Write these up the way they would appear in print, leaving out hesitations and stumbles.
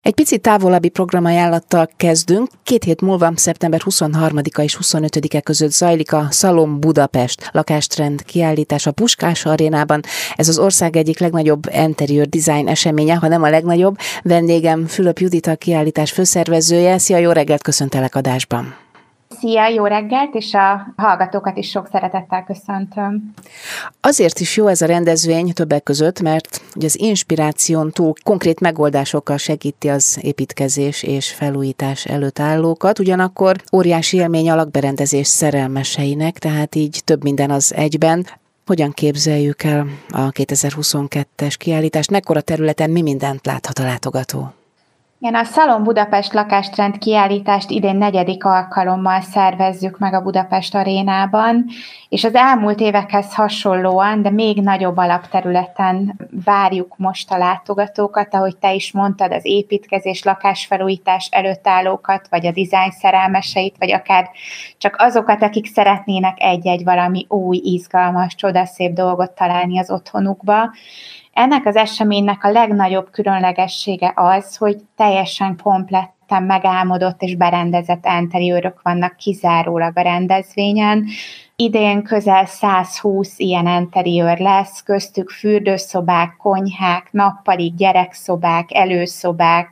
Egy picit távolabbi programajánlattal kezdünk. 2 hét múlva, szeptember 23-a és 25-e között zajlik a Szalon Budapest lakástrend kiállítás a Puskás Arénában. Ez az ország egyik legnagyobb interior design eseménye, ha nem a legnagyobb. Vendégem Fülöp Judit, a kiállítás főszervezője. Szia, jó reggelt, köszöntelek adásban! Szia, jó reggelt, és a hallgatókat is sok szeretettel köszöntöm. Azért is jó ez a rendezvény többek között, mert ugye az inspiráción túl konkrét megoldásokkal segíti az építkezés és felújítás előtt állókat, ugyanakkor óriási élmény a lakberendezés szerelmeseinek, tehát így több minden az egyben. Hogyan képzeljük el a 2022-es kiállítást? Mekkora területen mi mindent láthat a látogató? Igen, a Szalon Budapest lakástrend kiállítást idén 4. alkalommal szervezzük meg a Budapest Arénában, és az elmúlt évekhez hasonlóan, de még nagyobb alapterületen várjuk most a látogatókat, ahogy te is mondtad, az építkezés, lakásfelújítás előtt állókat, vagy a dizájn szerelmeseit, vagy akár csak azokat, akik szeretnének egy-egy valami új, izgalmas, csodaszép dolgot találni az otthonukba. Ennek az eseménynek a legnagyobb különlegessége az, hogy teljesen kompletten megálmodott és berendezett interiőrök vannak kizárólag a rendezvényen. Idén közel 120 ilyen interiőr lesz, köztük fürdőszobák, konyhák, nappali gyerekszobák, előszobák,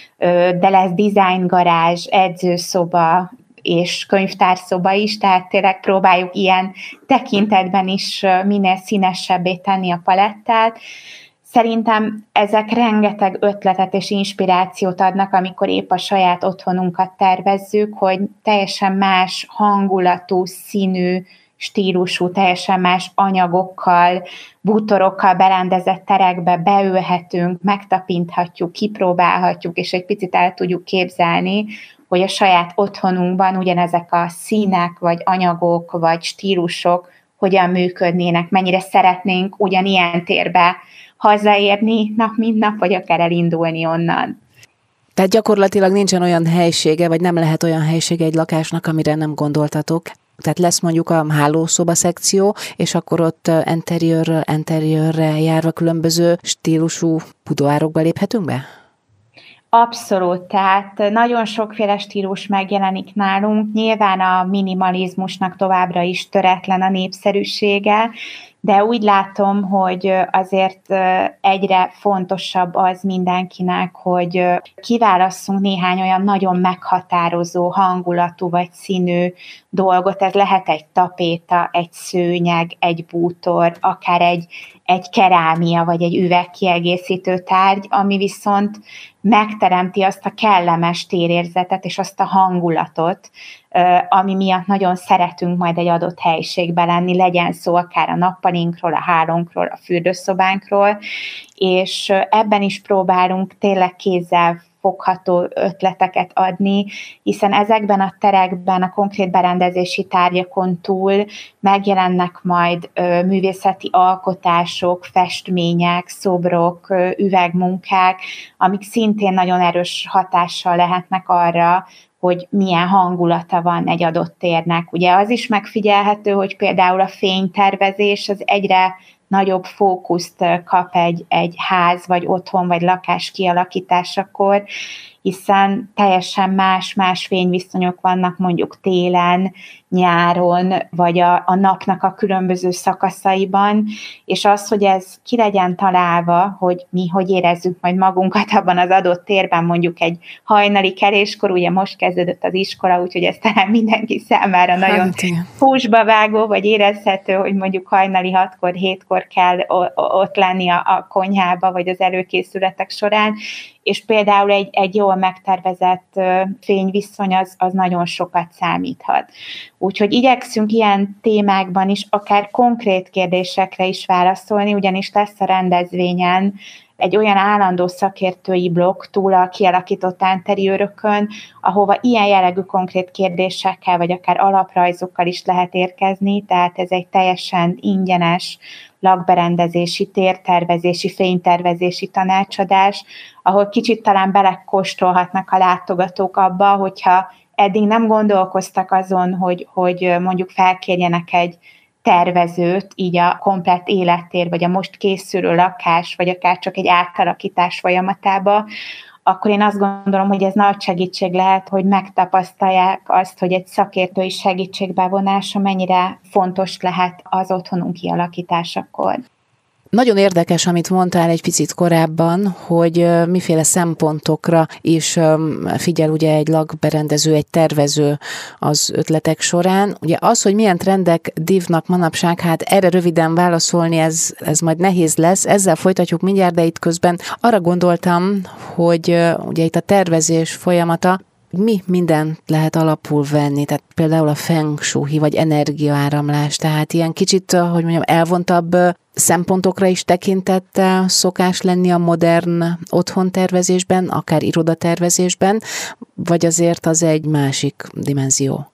de lesz design garázs, edzőszoba és könyvtárszoba is, tehát tényleg próbáljuk ilyen tekintetben is minél színesebbé tenni a palettát. Szerintem ezek rengeteg ötletet és inspirációt adnak, amikor épp a saját otthonunkat tervezzük, hogy teljesen más hangulatú, színű, stílusú, teljesen más anyagokkal, bútorokkal berendezett terekbe beülhetünk, megtapinthatjuk, kipróbálhatjuk, és egy picit el tudjuk képzelni, hogy a saját otthonunkban ugyanezek a színek, vagy anyagok, vagy stílusok hogyan működnének, mennyire szeretnénk ugyanilyen térbe hazaérni nap mint nap, vagy akár elindulni onnan. Tehát gyakorlatilag nincsen olyan helysége, vagy nem lehet olyan helysége egy lakásnak, amire nem gondoltatok. Tehát lesz mondjuk a hálószoba szekció, és akkor ott interiőrre járva különböző stílusú budoárokba léphetünk be? Abszolút, tehát nagyon sokféle stílus megjelenik nálunk. Nyilván a minimalizmusnak továbbra is töretlen a népszerűsége, de úgy látom, hogy azért egyre fontosabb az mindenkinek, hogy kiválasszunk néhány olyan nagyon meghatározó hangulatú vagy színű dolgot. Ez lehet egy tapéta, egy szőnyeg, egy bútor, akár egy kerámia vagy egy üvegkiegészítő tárgy, ami viszont megteremti azt a kellemes térérzetet és azt a hangulatot, ami miatt nagyon szeretünk majd egy adott helyiségben lenni, legyen szó akár a nappalinkról, a hálónkról, a fürdőszobánkról, és ebben is próbálunk tényleg kézzel fogható ötleteket adni, hiszen ezekben a terekben a konkrét berendezési tárgyakon túl megjelennek majd művészeti alkotások, festmények, szobrok, üvegmunkák, amik szintén nagyon erős hatással lehetnek arra, hogy milyen hangulata van egy adott térnek. Ugye az is megfigyelhető, hogy például a fénytervezés az egyre nagyobb fókuszt kap egy ház, vagy otthon, vagy lakás kialakításakor, hiszen teljesen más fényviszonyok vannak mondjuk télen, nyáron, vagy a napnak a különböző szakaszaiban, és az, hogy ez ki legyen találva, hogy mi hogy érezzük majd magunkat abban az adott térben, mondjuk egy hajnali keréskor, ugye most kezdődött az iskola, úgyhogy ez talán mindenki számára nagyon húsba vágó, vagy érezhető, hogy mondjuk hajnali 6-kor, 7-kor kell ott lenni a konyhába, vagy az előkészületek során, és például egy jól megtervezett fényviszony az nagyon sokat számíthat. Úgyhogy igyekszünk ilyen témákban is akár konkrét kérdésekre is válaszolni, ugyanis lesz a rendezvényen egy olyan állandó szakértői blokk túl a kialakított interiőrökön, ahova ilyen jellegű konkrét kérdésekkel, vagy akár alaprajzokkal is lehet érkezni, tehát ez egy teljesen ingyenes lakberendezési, tértervezési, fénytervezési tanácsadás, ahol kicsit talán belekóstolhatnak a látogatók abba, hogyha eddig nem gondolkoztak azon, hogy mondjuk felkérjenek egy tervezőt, így a komplett élettér, vagy a most készülő lakás, vagy akár csak egy átalakítás folyamatába, akkor én azt gondolom, hogy ez nagy segítség lehet, hogy megtapasztalják azt, hogy egy szakértői segítségbevonása mennyire fontos lehet az otthonunk kialakításakor. Nagyon érdekes, amit mondtál egy picit korábban, hogy miféle szempontokra is figyel ugye egy lakberendező, egy tervező az ötletek során. Ugye az, hogy milyen trendek dívnak manapság, hát erre röviden válaszolni, ez majd nehéz lesz. Ezzel folytatjuk mindjárt, de itt közben arra gondoltam, hogy ugye itt a tervezés folyamata, mi mindent lehet alapul venni, tehát például a feng shui vagy energiaáramlás, tehát ilyen kicsit, hogy mondjam, elvontabb szempontokra is tekintettel szokás lenni a modern otthontervezésben, akár irodatervezésben, vagy azért az egy másik dimenzió?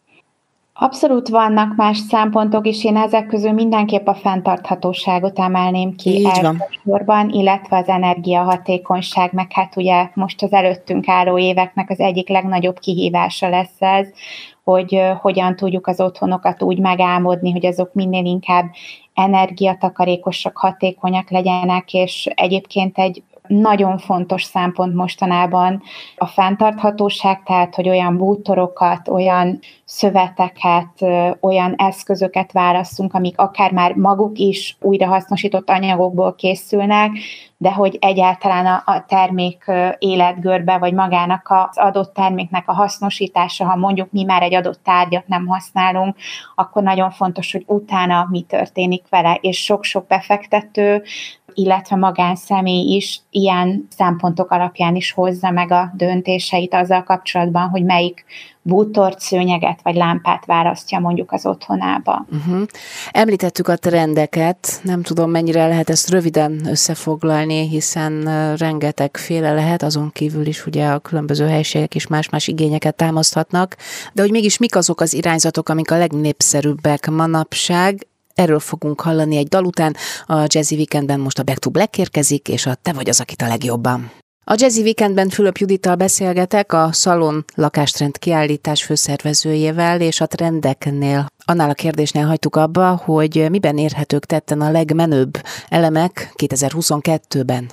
Abszolút vannak más szempontok is, én ezek közül mindenképp a fenntarthatóságot emelném ki elsősorban, illetve az energiahatékonyság, meg hát ugye most az előttünk álló éveknek az egyik legnagyobb kihívása lesz ez, hogy hogyan tudjuk az otthonokat úgy megálmodni, hogy azok minél inkább energiatakarékosak, hatékonyak legyenek, és egyébként egy nagyon fontos szempont mostanában a fenntarthatóság, tehát hogy olyan bútorokat, olyan szöveteket, olyan eszközöket válasszunk, amik akár már maguk is újrahasznosított anyagokból készülnek, de hogy egyáltalán a termék életgörbe, vagy magának az adott terméknek a hasznosítása, ha mondjuk mi már egy adott tárgyat nem használunk, akkor nagyon fontos, hogy utána mi történik vele, és sok-sok befektető, illetve magánszemély is ilyen szempontok alapján is hozza meg a döntéseit azzal kapcsolatban, hogy melyik bútort, szőnyeget vagy lámpát választja mondjuk az otthonába. Említettük a trendeket, nem tudom mennyire lehet ezt röviden összefoglalni, hiszen rengetegféle lehet, azon kívül is ugye a különböző helységek is más-más igényeket támaszthatnak, de hogy mégis mik azok az irányzatok, amik a legnépszerűbbek manapság. Erről fogunk hallani egy dal után. A Jazzy Weekendben most a Back to Black érkezik, és a Te vagy az, akit a legjobban. A Jazzy Weekendben Fülöp Judittal beszélgetek, a Szalon lakástrend kiállítás főszervezőjével, és a trendeknél, annál a kérdésnél hagytuk abba, hogy miben érhetők tetten a legmenőbb elemek 2022-ben.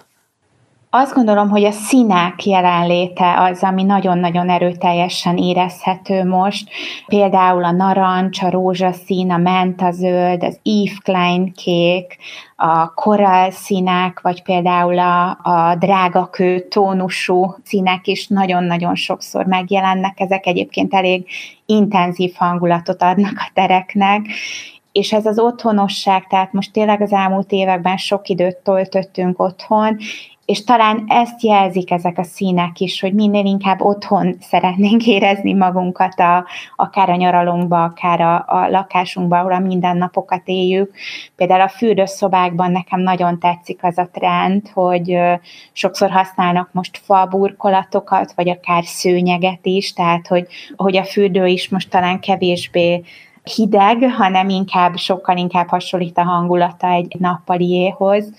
Azt gondolom, hogy a színek jelenléte az, ami nagyon-nagyon erőteljesen érezhető most. Például a narancs, a rózsaszín, a mentazöld, az Eve Klein kék, a korall színek, vagy például a drágakő tónusú színek is nagyon-nagyon sokszor megjelennek. Ezek egyébként elég intenzív hangulatot adnak a tereknek. És ez az otthonosság, tehát most tényleg az elmúlt években sok időt töltöttünk otthon, és talán ezt jelzik ezek a színek is, hogy minél inkább otthon szeretnénk érezni magunkat, akár a nyaralónkba, akár a lakásunkba, ahol a mindennapokat éljük. Például a fürdőszobákban nekem nagyon tetszik az a trend, hogy sokszor használnak most faburkolatokat, vagy akár szőnyeget is, tehát hogy a fürdő is most talán kevésbé hideg, hanem sokkal inkább hasonlít a hangulata egy nappaliéhoz.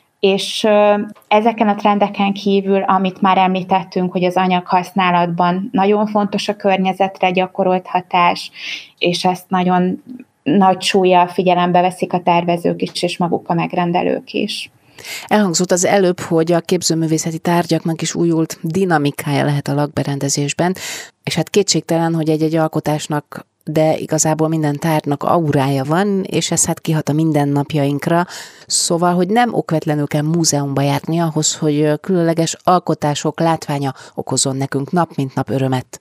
És ezeken a trendeken kívül, amit már említettünk, hogy az anyaghasználatban nagyon fontos a környezetre gyakorolt hatás, és ezt nagyon nagy súllyal figyelembe veszik a tervezők is, és maguk a megrendelők is. Elhangzott az előbb, hogy a képzőművészeti tárgyaknak is újult dinamikája lehet a lakberendezésben, és hát kétségtelen, hogy egy-egy alkotásnak, de igazából minden tárgynak aurája van, és ez hát kihat a mindennapjainkra, szóval, hogy nem okvetlenül kell múzeumba járni ahhoz, hogy különleges alkotások látványa okozon nekünk nap mint nap örömet.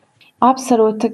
Abszolút,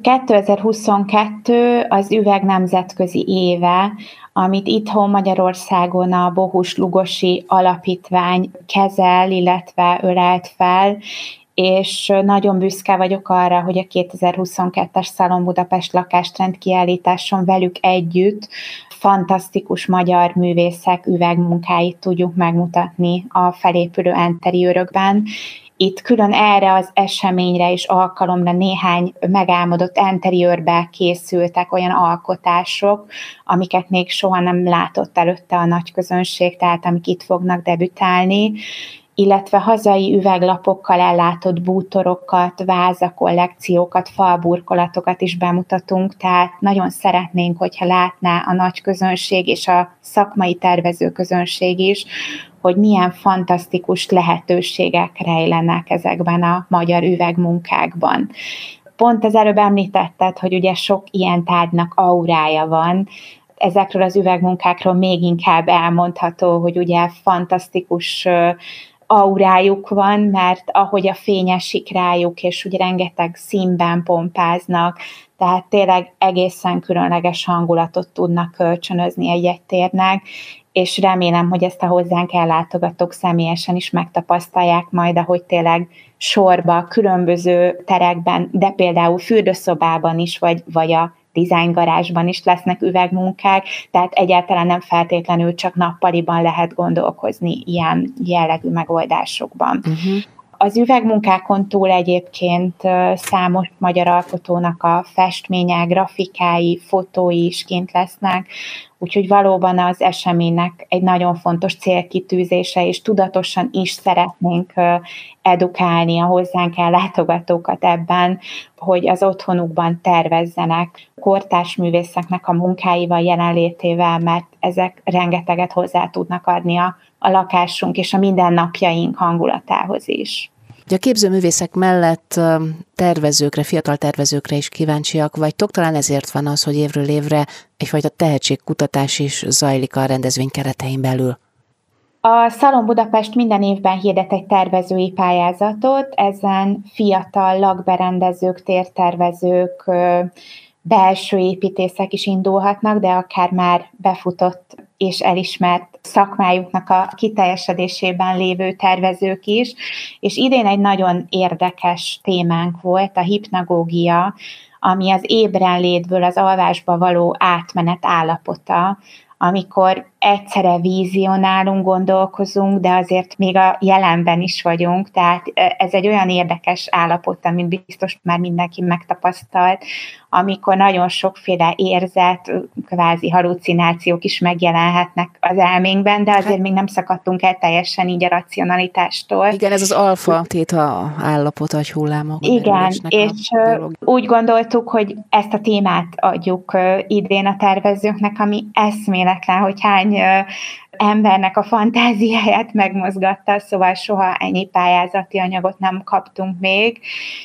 2022 az üveg nemzetközi éve, amit itthon Magyarországon a Bohus Lugosi Alapítvány kezel, illetve ölelt fel, és nagyon büszke vagyok arra, hogy a 2022-es Szalon Budapest lakástrend kiállításon velük együtt fantasztikus magyar művészek üvegmunkáit tudjuk megmutatni a felépülő enteriőrökben. Itt külön erre az eseményre és alkalomra néhány megálmodott enteriőrbe készültek olyan alkotások, amiket még soha nem látott előtte a nagy közönség, tehát amik itt fognak debütálni, illetve hazai üveglapokkal ellátott bútorokat, vázakollekciókat, falburkolatokat is bemutatunk, tehát nagyon szeretnénk, hogyha látná a nagy közönség és a szakmai tervező közönség is, hogy milyen fantasztikus lehetőségek rejlenek ezekben a magyar üvegmunkákban. Pont az előbb említetted, hogy ugye sok ilyen tárgynak aurája van. Ezekről az üvegmunkákról még inkább elmondható, hogy ugye fantasztikus aurájuk van, mert ahogy a fény esik rájuk, és ugye rengeteg színben pompáznak, tehát tényleg egészen különleges hangulatot tudnak kölcsönözni egy térnek, és remélem, hogy ezt a hozzánk ellátogatók személyesen is megtapasztalják majd, ahogy tényleg sorba, különböző terekben, de például fürdőszobában is, vagy a design garázsban is lesznek üvegmunkák, tehát egyáltalán nem feltétlenül csak nappaliban lehet gondolkozni ilyen jellegű megoldásokban. Az üvegmunkákon túl egyébként számos magyar alkotónak a festménye, grafikái, fotói is kint lesznek, úgyhogy valóban az eseménynek egy nagyon fontos célkitűzése, és tudatosan is szeretnénk edukálni a hozzánk ellátogatókat ebben, hogy az otthonukban tervezzenek kortárs művészeknek a munkáival, jelenlétével, mert ezek rengeteget hozzá tudnak adni a lakásunk és a mindennapjaink hangulatához is. Ugye a képzőművészek mellett tervezőkre, fiatal tervezőkre is kíváncsiak vagytok, talán ezért van az, hogy évről évre egyfajta tehetségkutatás is zajlik a rendezvény keretein belül. A Szalon Budapest minden évben hirdet egy tervezői pályázatot, ezen fiatal lakberendezők, tértervezők, belső építészek is indulhatnak, de akár már befutott és elismert szakmájuknak a kiteljesedésében lévő tervezők is, és idén egy nagyon érdekes témánk volt, a hipnagógia, ami az ébrenlétből az alvásba való átmenet állapota, amikor egyszerre vízionálunk, gondolkozunk, de azért még a jelenben is vagyunk, tehát ez egy olyan érdekes állapot, amit biztos már mindenki megtapasztalt, amikor nagyon sokféle érzet, kvázi halucinációk is megjelenhetnek az elménkben, de azért még nem szakadtunk el teljesen így a racionalitástól. Igen, ez az alfa téta állapot, agyhullámok. Igen, és úgy gondoltuk, hogy ezt a témát adjuk idén a tervezőknek, ami eszméletlen, hogy hány embernek a fantáziáját megmozgatta, szóval soha ennyi pályázati anyagot nem kaptunk még,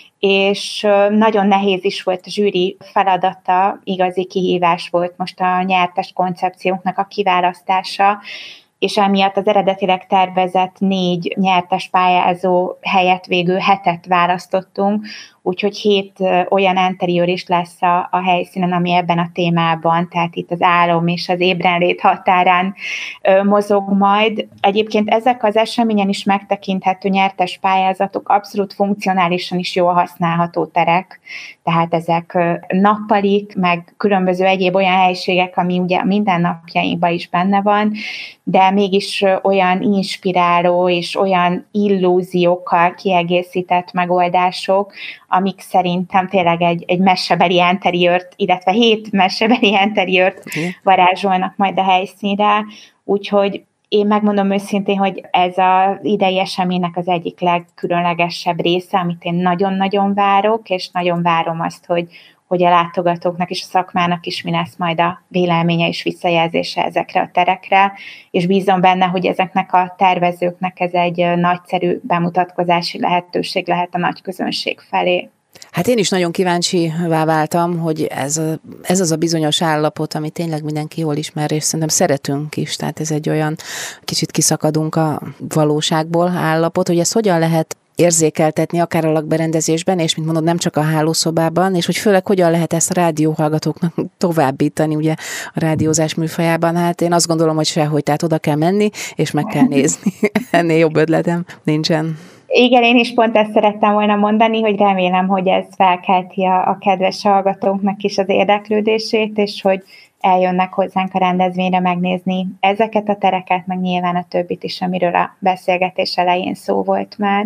és nagyon nehéz is volt a zsűri feladata, igazi kihívás volt most a nyertes koncepcióknak a kiválasztása, és emiatt az eredetileg tervezett 4 nyertes pályázó helyett végül 7 választottunk, úgyhogy 7 olyan interiőr is lesz a helyszínen, ami ebben a témában, tehát itt az álom és az ébrenlét határán mozog majd. Egyébként ezek az eseményen is megtekinthető nyertes pályázatok abszolút funkcionálisan is jól használható terek, tehát ezek nappalik, meg különböző egyéb olyan helyiségek, ami ugye a mindennapjainkban is benne van, de mégis olyan inspiráló és olyan illúziókkal kiegészített megoldások, amik szerintem tényleg egy mesebeli interiőrt, illetve 7 mesebeli interiőrt varázsolnak majd a helyszínre, úgyhogy én megmondom őszintén, hogy ez az idei eseménynek az egyik legkülönlegesebb része, amit én nagyon-nagyon várok, és nagyon várom azt, hogy a látogatóknak és a szakmának is mi lesz majd a véleménye és visszajelzése ezekre a terekre, és bízom benne, hogy ezeknek a tervezőknek ez egy nagyszerű bemutatkozási lehetőség lehet a nagy közönség felé. Hát én is nagyon kíváncsivá váltam, hogy ez az a bizonyos állapot, ami tényleg mindenki jól ismer, és szerintem szeretünk is, tehát ez egy olyan kicsit kiszakadunk a valóságból állapot, hogy ezt hogyan lehet érzékeltetni akár a lakberendezésben, és mint mondod, nem csak a hálószobában, és hogy főleg hogyan lehet ezt a rádióhallgatóknak továbbítani, ugye a rádiózás műfajában, hát én azt gondolom, hogy sehogy, tehát oda kell menni, és meg kell nézni. Ennél jobb ötletem nincsen. Igen, én is pont ezt szerettem volna mondani, hogy remélem, hogy ez felkelti a kedves hallgatóknak is az érdeklődését, és hogy eljönnek hozzánk a rendezvényre megnézni ezeket a tereket, meg nyilván a többit is, amiről a beszélgetés elején szó volt már.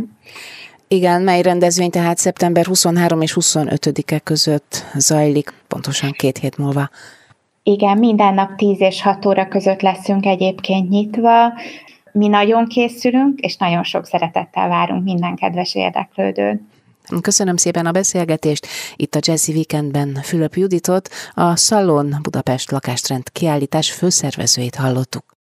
Igen, mely rendezvény tehát szeptember 23 és 25-e között zajlik, pontosan 2 hét múlva. Igen, minden nap 10 és 6 óra között leszünk egyébként nyitva. Mi nagyon készülünk, és nagyon sok szeretettel várunk minden kedves érdeklődőt. Köszönöm szépen a beszélgetést. Itt a Jazzy Weekendben Fülöp Juditot, a Szalon Budapest lakástrend kiállítás főszervezőjét hallottuk.